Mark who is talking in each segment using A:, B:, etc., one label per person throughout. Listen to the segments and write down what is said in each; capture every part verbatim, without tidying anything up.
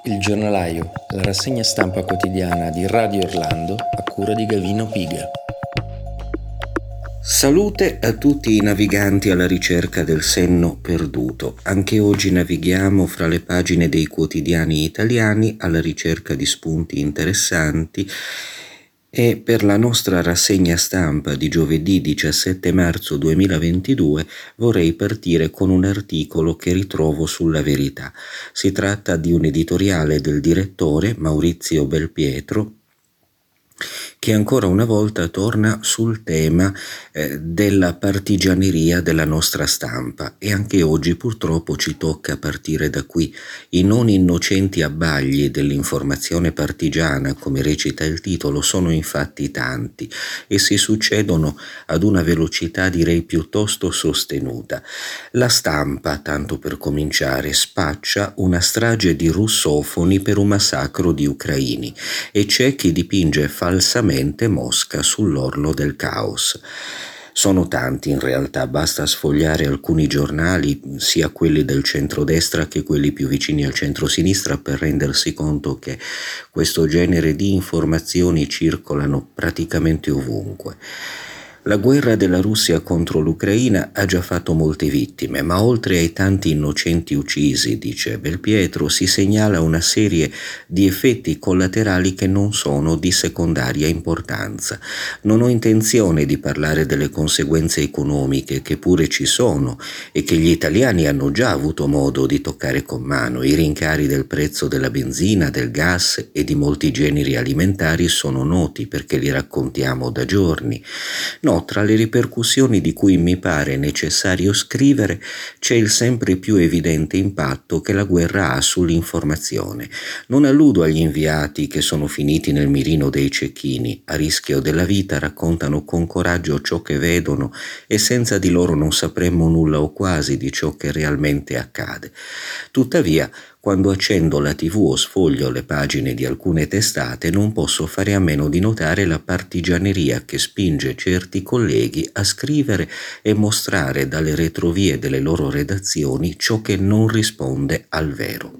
A: Il giornalaio, la rassegna stampa quotidiana di Radio Orlando a cura di Gavino Piga.
B: Salute a tutti i naviganti alla ricerca del senno perduto. Anche oggi navighiamo fra le pagine dei quotidiani italiani alla ricerca di spunti interessanti e per la nostra rassegna stampa di giovedì diciassette marzo duemilaventidue vorrei partire con un articolo che ritrovo sulla Verità. Si tratta di un editoriale del direttore Maurizio Belpietro che ancora una volta torna sul tema eh, della partigianeria della nostra stampa e anche oggi purtroppo ci tocca partire da qui. I non innocenti abbagli dell'informazione partigiana, come recita il titolo, sono infatti tanti e si succedono ad una velocità direi piuttosto sostenuta. La stampa, tanto per cominciare, spaccia una strage di russofoni per un massacro di ucraini e c'è chi dipinge falsamente Mosca sull'orlo del caos. Sono tanti in realtà, basta sfogliare alcuni giornali, sia quelli del centrodestra che quelli più vicini al centrosinistra, per rendersi conto che questo genere di informazioni circolano praticamente ovunque. La guerra della Russia contro l'Ucraina ha già fatto molte vittime, ma oltre ai tanti innocenti uccisi, dice Belpietro, si segnala una serie di effetti collaterali che non sono di secondaria importanza. Non ho intenzione di parlare delle conseguenze economiche, che pure ci sono e che gli italiani hanno già avuto modo di toccare con mano. I rincari del prezzo della benzina, del gas e di molti generi alimentari sono noti perché li raccontiamo da giorni. No, tra le ripercussioni di cui mi pare necessario scrivere c'è il sempre più evidente impatto che la guerra ha sull'informazione. Non alludo agli inviati che sono finiti nel mirino dei cecchini, a rischio della vita raccontano con coraggio ciò che vedono e senza di loro non sapremmo nulla o quasi di ciò che realmente accade. Tuttavia, quando accendo la tivù o sfoglio le pagine di alcune testate non posso fare a meno di notare la partigianeria che spinge certi colleghi a scrivere e mostrare dalle retrovie delle loro redazioni ciò che non risponde al vero.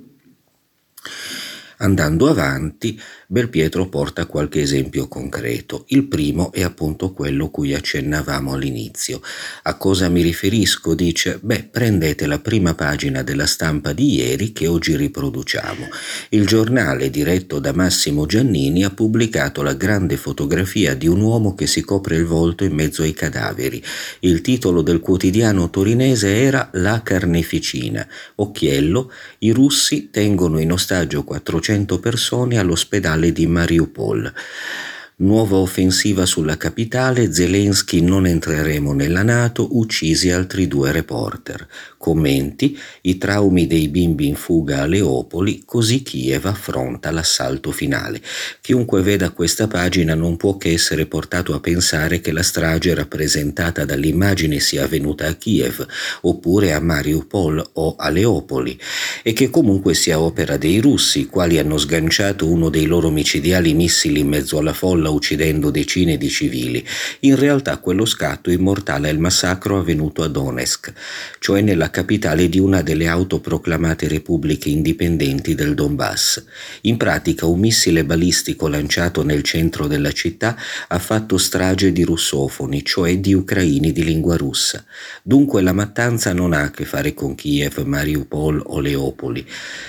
B: Andando avanti, Belpietro porta qualche esempio concreto. Il primo è appunto quello cui accennavamo all'inizio. A cosa mi riferisco? Dice, beh, prendete la prima pagina della Stampa di ieri che oggi riproduciamo. Il giornale, diretto da Massimo Giannini, ha pubblicato la grande fotografia di un uomo che si copre il volto in mezzo ai cadaveri. Il titolo del quotidiano torinese era La carneficina. Occhiello, i russi tengono in ostaggio quattrocento persone all'ospedale di Mariupol. Nuova offensiva sulla capitale, Zelensky non entreremo nella NATO, uccisi altri due reporter. Commenti, i traumi dei bimbi in fuga a Leopoli, così Kiev affronta l'assalto finale. Chiunque veda questa pagina non può che essere portato a pensare che la strage rappresentata dall'immagine sia avvenuta a Kiev, oppure a Mariupol o a Leopoli, e che comunque sia opera dei russi, i quali hanno sganciato uno dei loro micidiali missili in mezzo alla folla uccidendo decine di civili. In realtà quello scatto immortala il massacro avvenuto a Donetsk, cioè nella capitale di una delle autoproclamate repubbliche indipendenti del Donbass. In pratica un missile balistico lanciato nel centro della città ha fatto strage di russofoni, cioè di ucraini di lingua russa. Dunque la mattanza non ha a che fare con Kiev, Mariupol o Leopoli,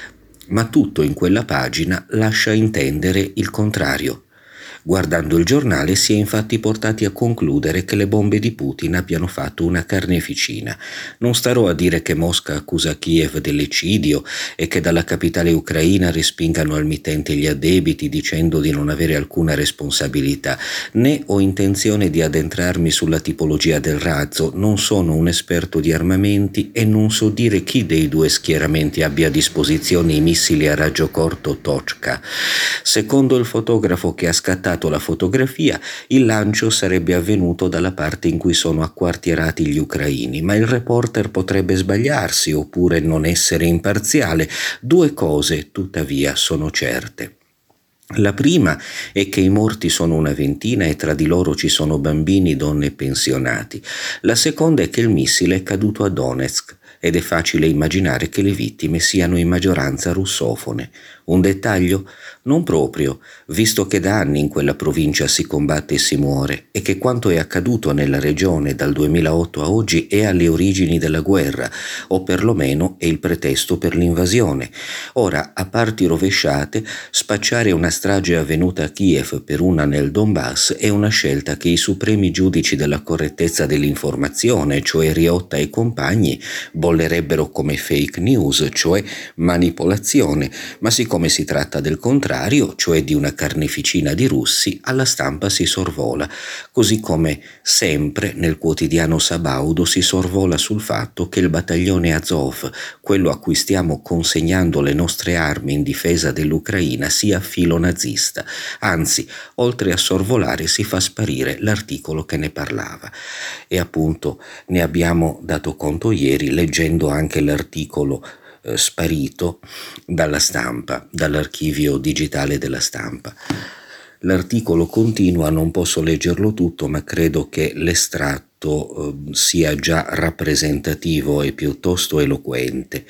B: ma tutto in quella pagina lascia intendere il contrario. Guardando il giornale si è infatti portati a concludere che le bombe di Putin abbiano fatto una carneficina. Non starò a dire che Mosca accusa Kiev dell'eccidio e che dalla capitale ucraina respingano al mittente gli addebiti dicendo di non avere alcuna responsabilità, né ho intenzione di addentrarmi sulla tipologia del razzo, non sono un esperto di armamenti e non so dire chi dei due schieramenti abbia a disposizione i missili a raggio corto Tochka. Secondo il fotografo che ha scattato la fotografia, il lancio sarebbe avvenuto dalla parte in cui sono acquartierati gli ucraini, ma il reporter potrebbe sbagliarsi oppure non essere imparziale. Due cose, tuttavia, sono certe. La prima è che i morti sono una ventina e tra di loro ci sono bambini, donne e pensionati. La seconda è che il missile è caduto a Donetsk ed è facile immaginare che le vittime siano in maggioranza russofone. Un dettaglio? Non proprio, visto che da anni in quella provincia si combatte e si muore e che quanto è accaduto nella regione dal duemilaotto a oggi è alle origini della guerra, o perlomeno è il pretesto per l'invasione. Ora, a parti rovesciate, spacciare una strage avvenuta a Kiev per una nel Donbass è una scelta che i supremi giudici della correttezza dell'informazione, cioè Riotta e compagni, bollerebbero come fake news, cioè manipolazione, ma siccome si tratta del contrario, cioè di una carneficina di russi, alla stampa si sorvola, così come sempre nel quotidiano Sabaudo si sorvola sul fatto che il battaglione Azov, quello a cui stiamo consegnando le nostre armi in difesa dell'Ucraina, sia filonazista. Anzi, oltre a sorvolare si fa sparire l'articolo che ne parlava. E appunto ne abbiamo dato conto ieri leggendo anche l'articolo eh, sparito dalla stampa, dall'archivio digitale della stampa. L'articolo continua, non posso leggerlo tutto, ma credo che l'estratto eh, sia già rappresentativo e piuttosto eloquente.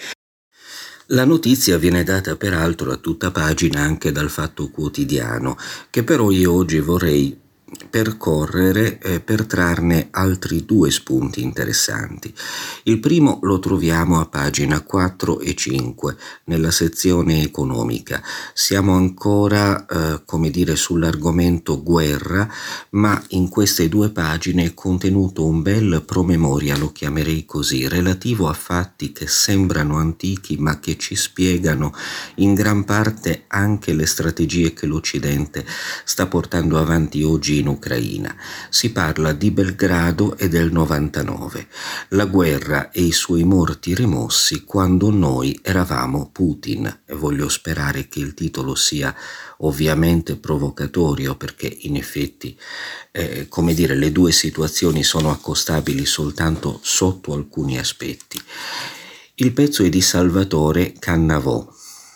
B: La notizia viene data peraltro a tutta pagina anche dal Fatto Quotidiano, che però io oggi vorrei percorrere eh, per trarne altri due spunti interessanti. Il primo lo troviamo a pagina quattro e cinque nella sezione economica. Siamo ancora eh, come dire sull'argomento guerra, ma in queste due pagine è contenuto un bel promemoria, lo chiamerei così, relativo a fatti che sembrano antichi ma che ci spiegano in gran parte anche le strategie che l'Occidente sta portando avanti oggi in Ucraina. Si parla di Belgrado e del novantanove, la guerra e i suoi morti rimossi quando noi eravamo Putin, e voglio sperare che il titolo sia ovviamente provocatorio, perché in effetti eh, come dire le due situazioni sono accostabili soltanto sotto alcuni aspetti. Il pezzo è di Salvatore Cannavò.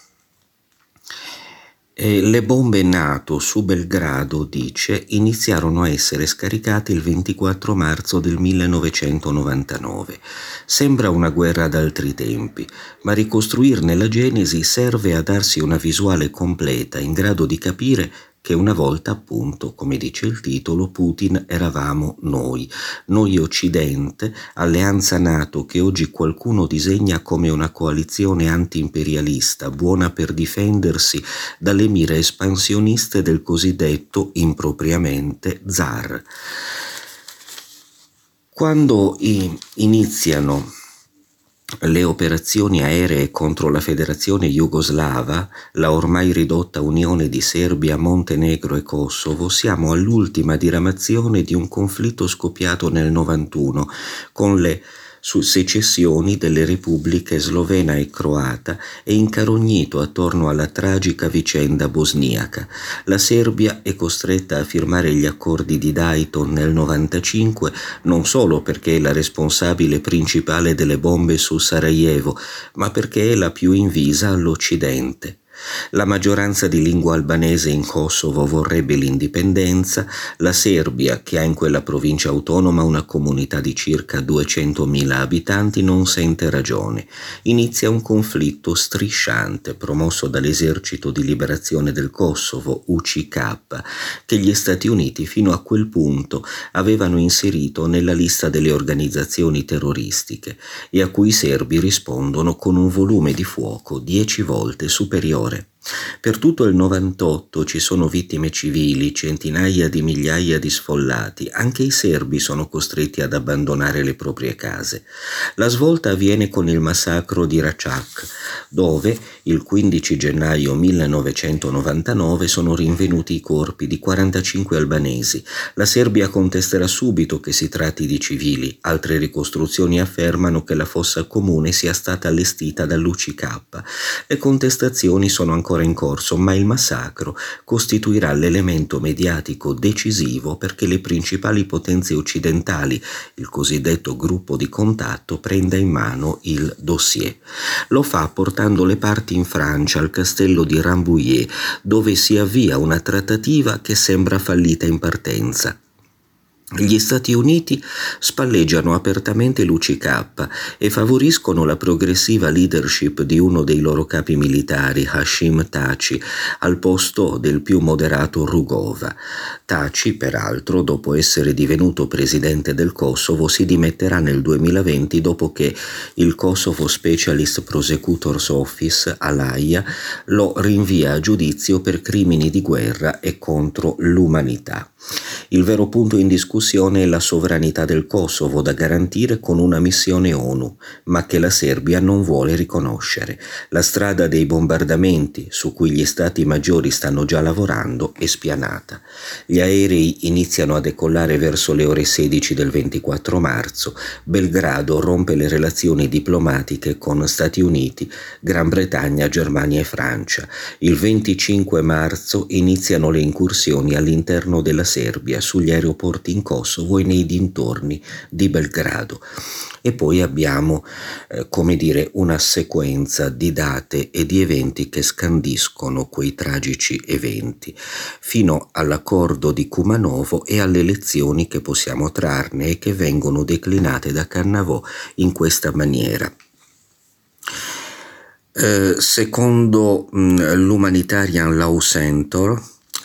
B: E le bombe NATO su Belgrado, dice, iniziarono a essere scaricate il ventiquattro marzo del millenovecentonovantanove. Sembra una guerra d'altri tempi, ma ricostruirne la genesi serve a darsi una visuale completa in grado di capire che una volta, appunto, come dice il titolo, Putin eravamo noi, noi Occidente, alleanza NATO che oggi qualcuno disegna come una coalizione anti-imperialista, buona per difendersi dalle mire espansioniste del cosiddetto, impropriamente, zar. Quando i- iniziano le operazioni aeree contro la Federazione Jugoslava, la ormai ridotta Unione di Serbia, Montenegro e Kosovo, siamo all'ultima diramazione di un conflitto scoppiato nel novantuno con le secessioni delle repubbliche slovena e croata e incarognito attorno alla tragica vicenda bosniaca. La Serbia è costretta a firmare gli accordi di Dayton nel novantacinque non solo perché è la responsabile principale delle bombe su Sarajevo, ma perché è la più invisa all'Occidente. La maggioranza di lingua albanese in Kosovo vorrebbe l'indipendenza, la Serbia, che ha in quella provincia autonoma una comunità di circa duecentomila abitanti, non sente ragione. Inizia un conflitto strisciante promosso dall'Esercito di Liberazione del Kosovo, U C K, che gli Stati Uniti fino a quel punto avevano inserito nella lista delle organizzazioni terroristiche e a cui i serbi rispondono con un volume di fuoco dieci volte superiore. Per tutto il novantotto ci sono vittime civili, centinaia di migliaia di sfollati, anche i serbi sono costretti ad abbandonare le proprie case. La svolta avviene con il massacro di Račak, dove il quindici gennaio millenovecentonovantanove sono rinvenuti i corpi di quarantacinque albanesi. La Serbia contesterà subito che si tratti di civili, altre ricostruzioni affermano che la fossa comune sia stata allestita dall'U C K. Le contestazioni sono ancora in corso, ma il massacro costituirà l'elemento mediatico decisivo perché le principali potenze occidentali, il cosiddetto gruppo di contatto, prenda in mano il dossier. Lo fa portando le parti in Francia al castello di Rambouillet, dove si avvia una trattativa che sembra fallita in partenza. Gli Stati Uniti spalleggiano apertamente l'U C K e favoriscono la progressiva leadership di uno dei loro capi militari, Hashim Thaçi, al posto del più moderato Rugova. Thaçi, peraltro, dopo essere divenuto presidente del Kosovo, si dimetterà nel duemilaventi dopo che il Kosovo Specialist Prosecutor's Office, all'Aia, lo rinvia a giudizio per crimini di guerra e contro l'umanità. Il vero punto in discussione è la sovranità del Kosovo da garantire con una missione ONU, ma che la Serbia non vuole riconoscere. La strada dei bombardamenti, su cui gli stati maggiori stanno già lavorando, è spianata. Gli aerei iniziano a decollare verso le ore sedici del ventiquattro marzo. Belgrado rompe le relazioni diplomatiche con Stati Uniti, Gran Bretagna, Germania e Francia. Il venticinque marzo iniziano le incursioni all'interno della Serbia, sugli aeroporti in Kosovo e nei dintorni di Belgrado. E poi abbiamo, eh, come dire, una sequenza di date e di eventi che scandiscono quei tragici eventi, fino all'accordo di Kumanovo e alle lezioni che possiamo trarne e che vengono declinate da Cannavò in questa maniera. Eh, secondo mh, l'Humanitarian Law Center,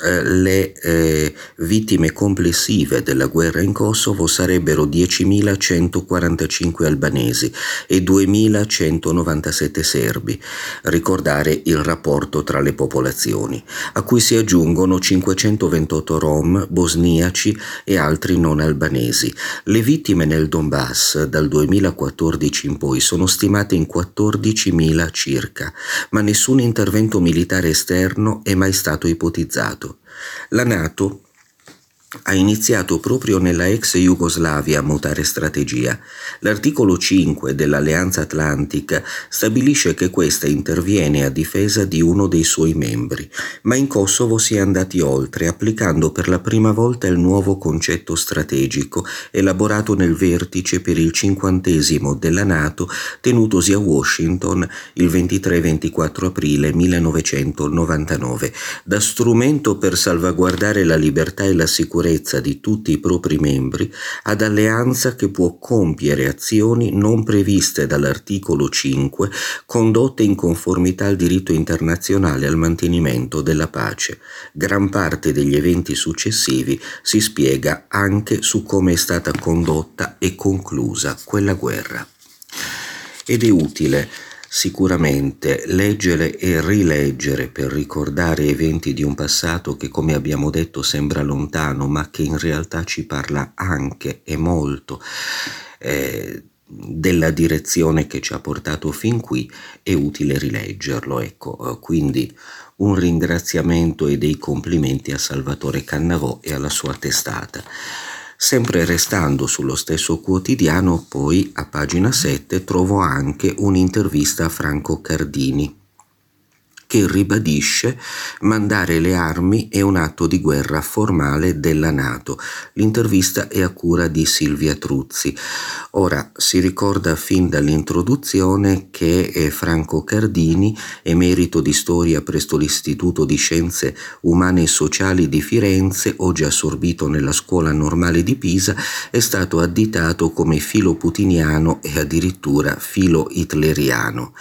B: le eh, vittime complessive della guerra in Kosovo sarebbero diecimilacentoquarantacinque albanesi e duemilacentonovantasette serbi, ricordare il rapporto tra le popolazioni, a cui si aggiungono cinquecentoventotto rom, bosniaci e altri non albanesi. Le vittime nel Donbass dal duemilaquattordici in poi sono stimate in quattordicimila circa, ma nessun intervento militare esterno è mai stato ipotizzato. La NATO ha iniziato proprio nella ex Jugoslavia a mutare strategia. L'articolo cinque dell'Alleanza Atlantica stabilisce che questa interviene a difesa di uno dei suoi membri, ma in Kosovo si è andati oltre, applicando per la prima volta il nuovo concetto strategico elaborato nel vertice per il cinquantesimo della NATO tenutosi a Washington il ventitré ventiquattro aprile millenovecentonovantanove, da strumento per salvaguardare la libertà e la sicurezza di tutti i propri membri, ad alleanza che può compiere azioni non previste dall'articolo cinque condotte in conformità al diritto internazionale al mantenimento della pace. Gran parte degli eventi successivi si spiega anche su come è stata condotta e conclusa quella guerra. Ed è utile sicuramente leggere e rileggere per ricordare eventi di un passato che, come abbiamo detto, sembra lontano, ma che in realtà ci parla anche e molto eh, della direzione che ci ha portato fin qui. È utile rileggerlo, ecco. Quindi un ringraziamento e dei complimenti a Salvatore Cannavò e alla sua testata. Sempre restando sullo stesso quotidiano, poi a pagina sette trovo anche un'intervista a Franco Cardini, che ribadisce mandare le armi è un atto di guerra formale della NATO. L'intervista è a cura di Silvia Truzzi. Ora, si ricorda fin dall'introduzione che Franco Cardini, emerito di storia presso l'Istituto di Scienze Umane e Sociali di Firenze, oggi assorbito nella Scuola Normale di Pisa, è stato additato come filo putiniano e addirittura filo hitleriano.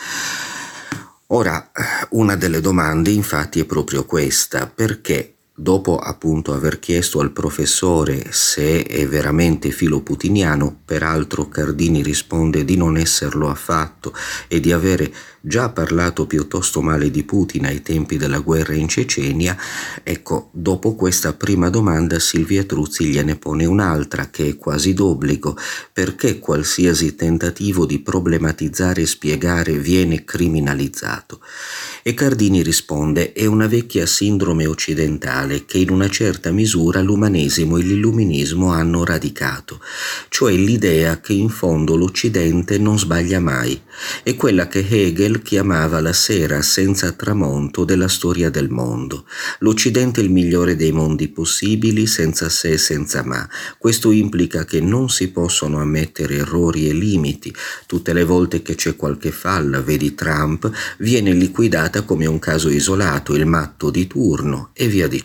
B: Ora, una delle domande infatti è proprio questa: perché dopo appunto aver chiesto al professore se è veramente filo putiniano, peraltro Cardini risponde di non esserlo affatto e di avere già parlato piuttosto male di Putin ai tempi della guerra in Cecenia, ecco, dopo questa prima domanda Silvia Truzzi gliene pone un'altra che è quasi d'obbligo: perché qualsiasi tentativo di problematizzare e spiegare viene criminalizzato? E Cardini risponde: è una vecchia sindrome occidentale che in una certa misura l'umanesimo e l'illuminismo hanno radicato, cioè l'idea che in fondo l'Occidente non sbaglia mai. È quella che Hegel chiamava la sera senza tramonto della storia del mondo. L'Occidente è il migliore dei mondi possibili, senza se e senza ma. Questo implica che non si possono ammettere errori e limiti. Tutte le volte che c'è qualche falla, vedi Trump, viene liquidata come un caso isolato, il matto di turno e via dicendo.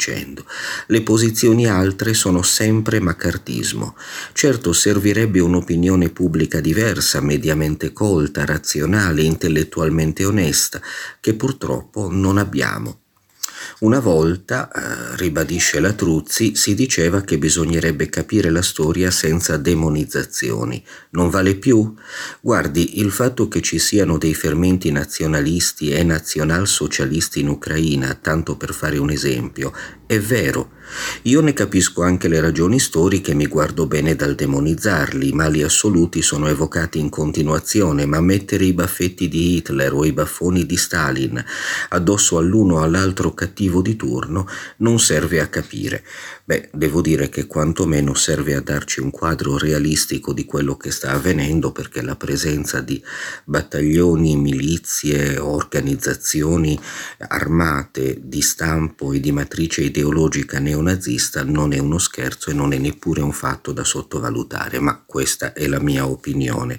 B: dicendo. Le posizioni altre sono sempre maccartismo. Certo, servirebbe un'opinione pubblica diversa, mediamente colta, razionale, intellettualmente onesta, che purtroppo non abbiamo. Una volta, eh, ribadisce la Truzzi, si diceva che bisognerebbe capire la storia senza demonizzazioni. Non vale più? Guardi, il fatto che ci siano dei fermenti nazionalisti e nazionalsocialisti in Ucraina, tanto per fare un esempio, è vero. Io ne capisco anche le ragioni storiche, mi guardo bene dal demonizzarli. I mali assoluti sono evocati in continuazione, ma mettere i baffetti di Hitler o i baffoni di Stalin addosso all'uno o all'altro cattivo di turno non serve a capire. Beh, devo dire che quantomeno serve a darci un quadro realistico di quello che sta avvenendo, perché la presenza di battaglioni, milizie, organizzazioni armate di stampo e di matrice ideologica neonazista non è uno scherzo e non è neppure un fatto da sottovalutare, ma questa è la mia opinione.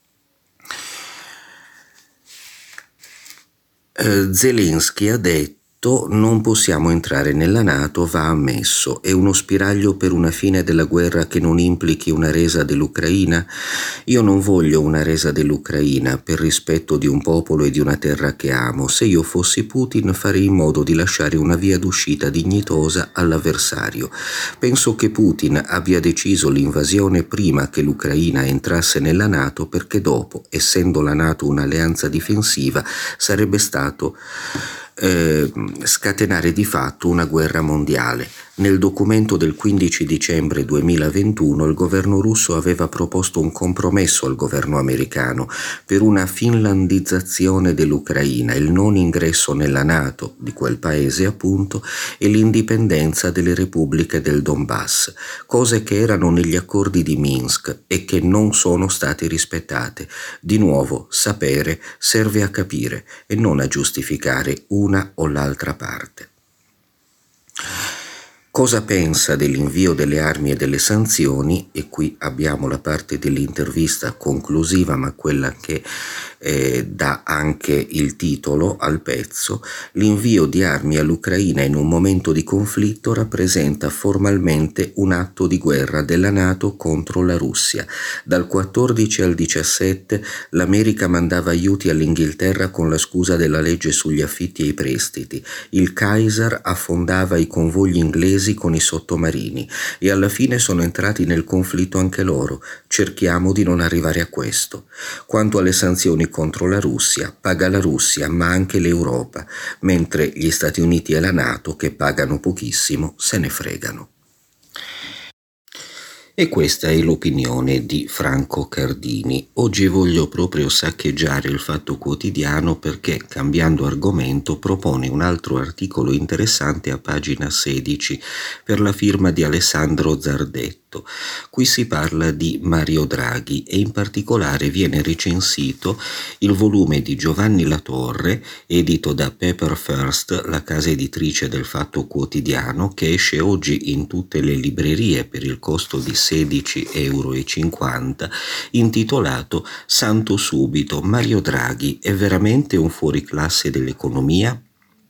B: Eh, Zelensky ha detto: non possiamo entrare nella NATO, va ammesso. È uno spiraglio per una fine della guerra che non implichi una resa dell'Ucraina? Io non voglio una resa dell'Ucraina per rispetto di un popolo e di una terra che amo. Se io fossi Putin farei in modo di lasciare una via d'uscita dignitosa all'avversario. Penso che Putin abbia deciso l'invasione prima che l'Ucraina entrasse nella NATO, perché dopo, essendo la NATO un'alleanza difensiva, sarebbe stato Eh, scatenare di fatto una guerra mondiale. Nel documento del quindici dicembre duemilaventuno il governo russo aveva proposto un compromesso al governo americano per una finlandizzazione dell'Ucraina, il non ingresso nella NATO di quel paese appunto e l'indipendenza delle repubbliche del Donbass, cose che erano negli accordi di Minsk e che non sono state rispettate. Di nuovo, sapere serve a capire e non a giustificare una o l'altra parte. Cosa pensa dell'invio delle armi e delle sanzioni? E qui abbiamo la parte dell'intervista conclusiva, ma quella che eh, dà anche il titolo al pezzo. L'invio di armi all'Ucraina in un momento di conflitto rappresenta formalmente un atto di guerra della NATO contro la Russia. Dal quattordici al diciassette l'America mandava aiuti all'Inghilterra con la scusa della legge sugli affitti e i prestiti. Il Kaiser affondava i convogli inglesi con i sottomarini e alla fine sono entrati nel conflitto anche loro. Cerchiamo di non arrivare a questo. Quanto alle sanzioni contro la Russia, paga la Russia ma anche l'Europa, mentre gli Stati Uniti e la NATO, che pagano pochissimo, se ne fregano. E questa è l'opinione di Franco Cardini. Oggi voglio proprio saccheggiare il Fatto Quotidiano perché, cambiando argomento, propone un altro articolo interessante a pagina sedici per la firma di Alessandro Zardetto. Qui si parla di Mario Draghi e in particolare viene recensito il volume di Giovanni Latorre, edito da Paper First, la casa editrice del Fatto Quotidiano, che esce oggi in tutte le librerie per il costo di sedici virgola cinquanta euro, intitolato Santo subito, Mario Draghi è veramente un fuoriclasse dell'economia?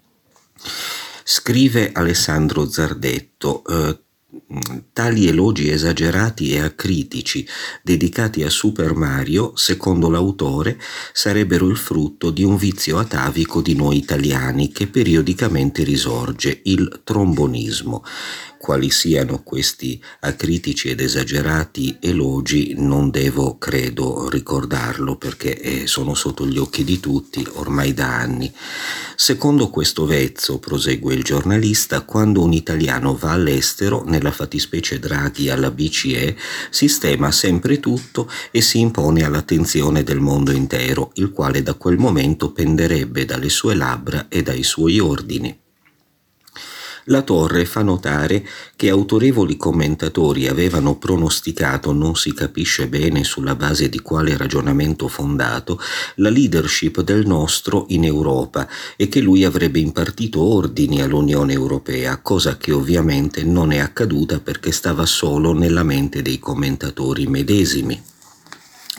B: Scrive Alessandro Zardetto, eh, tali elogi esagerati e acritici dedicati a Super Mario, secondo l'autore, sarebbero il frutto di un vizio atavico di noi italiani che periodicamente risorge, il trombonismo. Quali siano questi acritici ed esagerati elogi non devo, credo, ricordarlo perché sono sotto gli occhi di tutti ormai da anni. Secondo questo vezzo, prosegue il giornalista, quando un italiano va all'estero, nella fattispecie Draghi alla B C E, sistema sempre tutto e si impone all'attenzione del mondo intero, il quale da quel momento penderebbe dalle sue labbra e dai suoi ordini. Latorre fa notare che autorevoli commentatori avevano pronosticato, non si capisce bene sulla base di quale ragionamento fondato, la leadership del nostro in Europa e che lui avrebbe impartito ordini all'Unione Europea, cosa che ovviamente non è accaduta perché stava solo nella mente dei commentatori medesimi.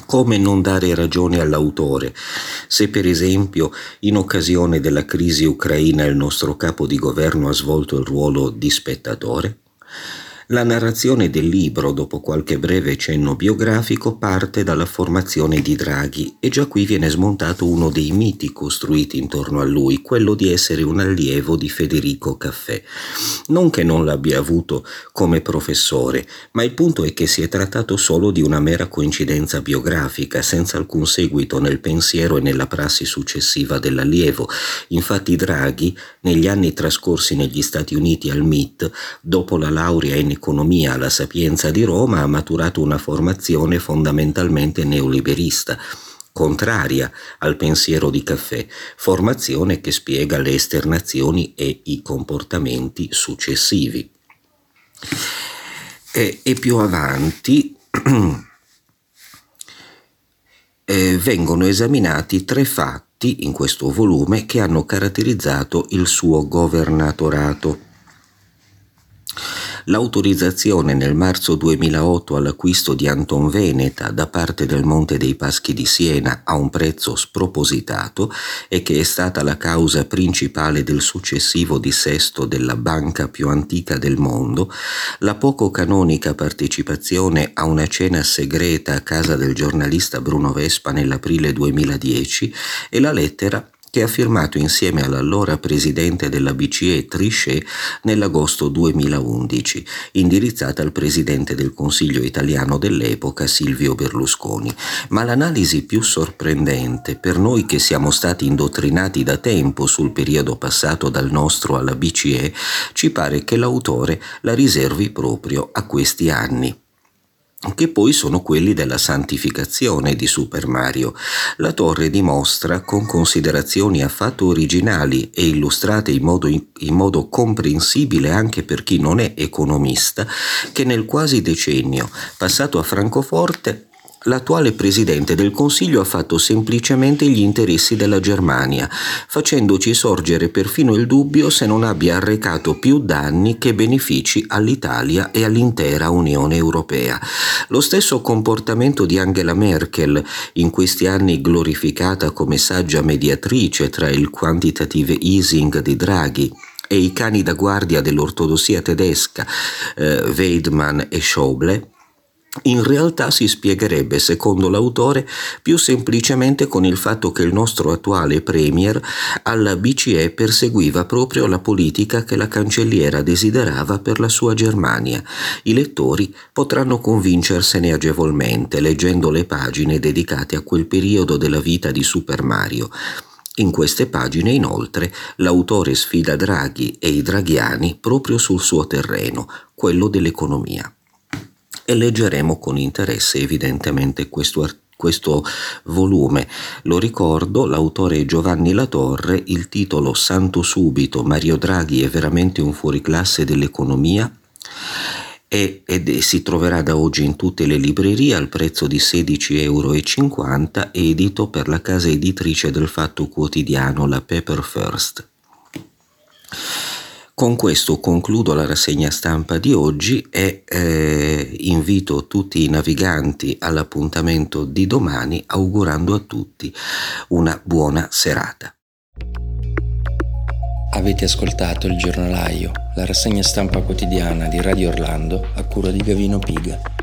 B: Come non dare ragione all'autore, se per esempio in occasione della crisi ucraina il nostro capo di governo ha svolto il ruolo di spettatore? La narrazione del libro, dopo qualche breve cenno biografico, parte dalla formazione di Draghi e già qui viene smontato uno dei miti costruiti intorno a lui, quello di essere un allievo di Federico Caffé. Non che non l'abbia avuto come professore, ma il punto è che si è trattato solo di una mera coincidenza biografica, senza alcun seguito nel pensiero e nella prassi successiva dell'allievo. Infatti Draghi, negli anni trascorsi negli Stati Uniti al M I T, dopo la laurea in economia alla Sapienza di Roma, ha maturato una formazione fondamentalmente neoliberista, contraria al pensiero di Caffé, formazione che spiega le esternazioni e i comportamenti successivi. E, e più avanti eh, vengono esaminati tre fatti in questo volume che hanno caratterizzato il suo governatorato. L'autorizzazione nel marzo duemilaotto all'acquisto di Antonveneta da parte del Monte dei Paschi di Siena a un prezzo spropositato e che è stata la causa principale del successivo dissesto della banca più antica del mondo, la poco canonica partecipazione a una cena segreta a casa del giornalista Bruno Vespa nell'aprile duemiladieci e la lettera che ha firmato insieme all'allora presidente della B C E Trichet nell'agosto duemilaundici, indirizzata al presidente del Consiglio italiano dell'epoca Silvio Berlusconi. Ma l'analisi più sorprendente, per noi che siamo stati indottrinati da tempo sul periodo passato dal nostro alla B C E, ci pare che l'autore la riservi proprio a questi anni, che poi sono quelli della santificazione di Super Mario. La torre dimostra, con considerazioni affatto originali e illustrate in modo, in modo comprensibile anche per chi non è economista, che nel quasi decennio passato a Francoforte l'attuale presidente del Consiglio ha fatto semplicemente gli interessi della Germania, facendoci sorgere perfino il dubbio se non abbia arrecato più danni che benefici all'Italia e all'intera Unione Europea. Lo stesso comportamento di Angela Merkel, in questi anni glorificata come saggia mediatrice tra il quantitative easing di Draghi e i cani da guardia dell'ortodossia tedesca, eh, Weidmann e Schäuble, in realtà si spiegherebbe, secondo l'autore, più semplicemente con il fatto che il nostro attuale premier alla B C E perseguiva proprio la politica che la cancelliera desiderava per la sua Germania. I lettori potranno convincersene agevolmente leggendo le pagine dedicate a quel periodo della vita di Super Mario. In queste pagine, inoltre, l'autore sfida Draghi e i draghiani proprio sul suo terreno, quello dell'economia. E leggeremo con interesse evidentemente questo, questo volume. Lo ricordo, l'autore è Giovanni Latorre, il titolo Santo Subito, Mario Draghi è veramente un fuoriclasse dell'economia, e, ed si troverà da oggi in tutte le librerie al prezzo di sedici virgola cinquanta euro, edito per la casa editrice del Fatto Quotidiano, la Paper First. Con questo concludo la rassegna stampa di oggi e eh, invito tutti i naviganti all'appuntamento di domani, augurando a tutti una buona serata.
A: Avete ascoltato Il Giornalaio, la rassegna stampa quotidiana di Radio Orlando a cura di Gavino Piga.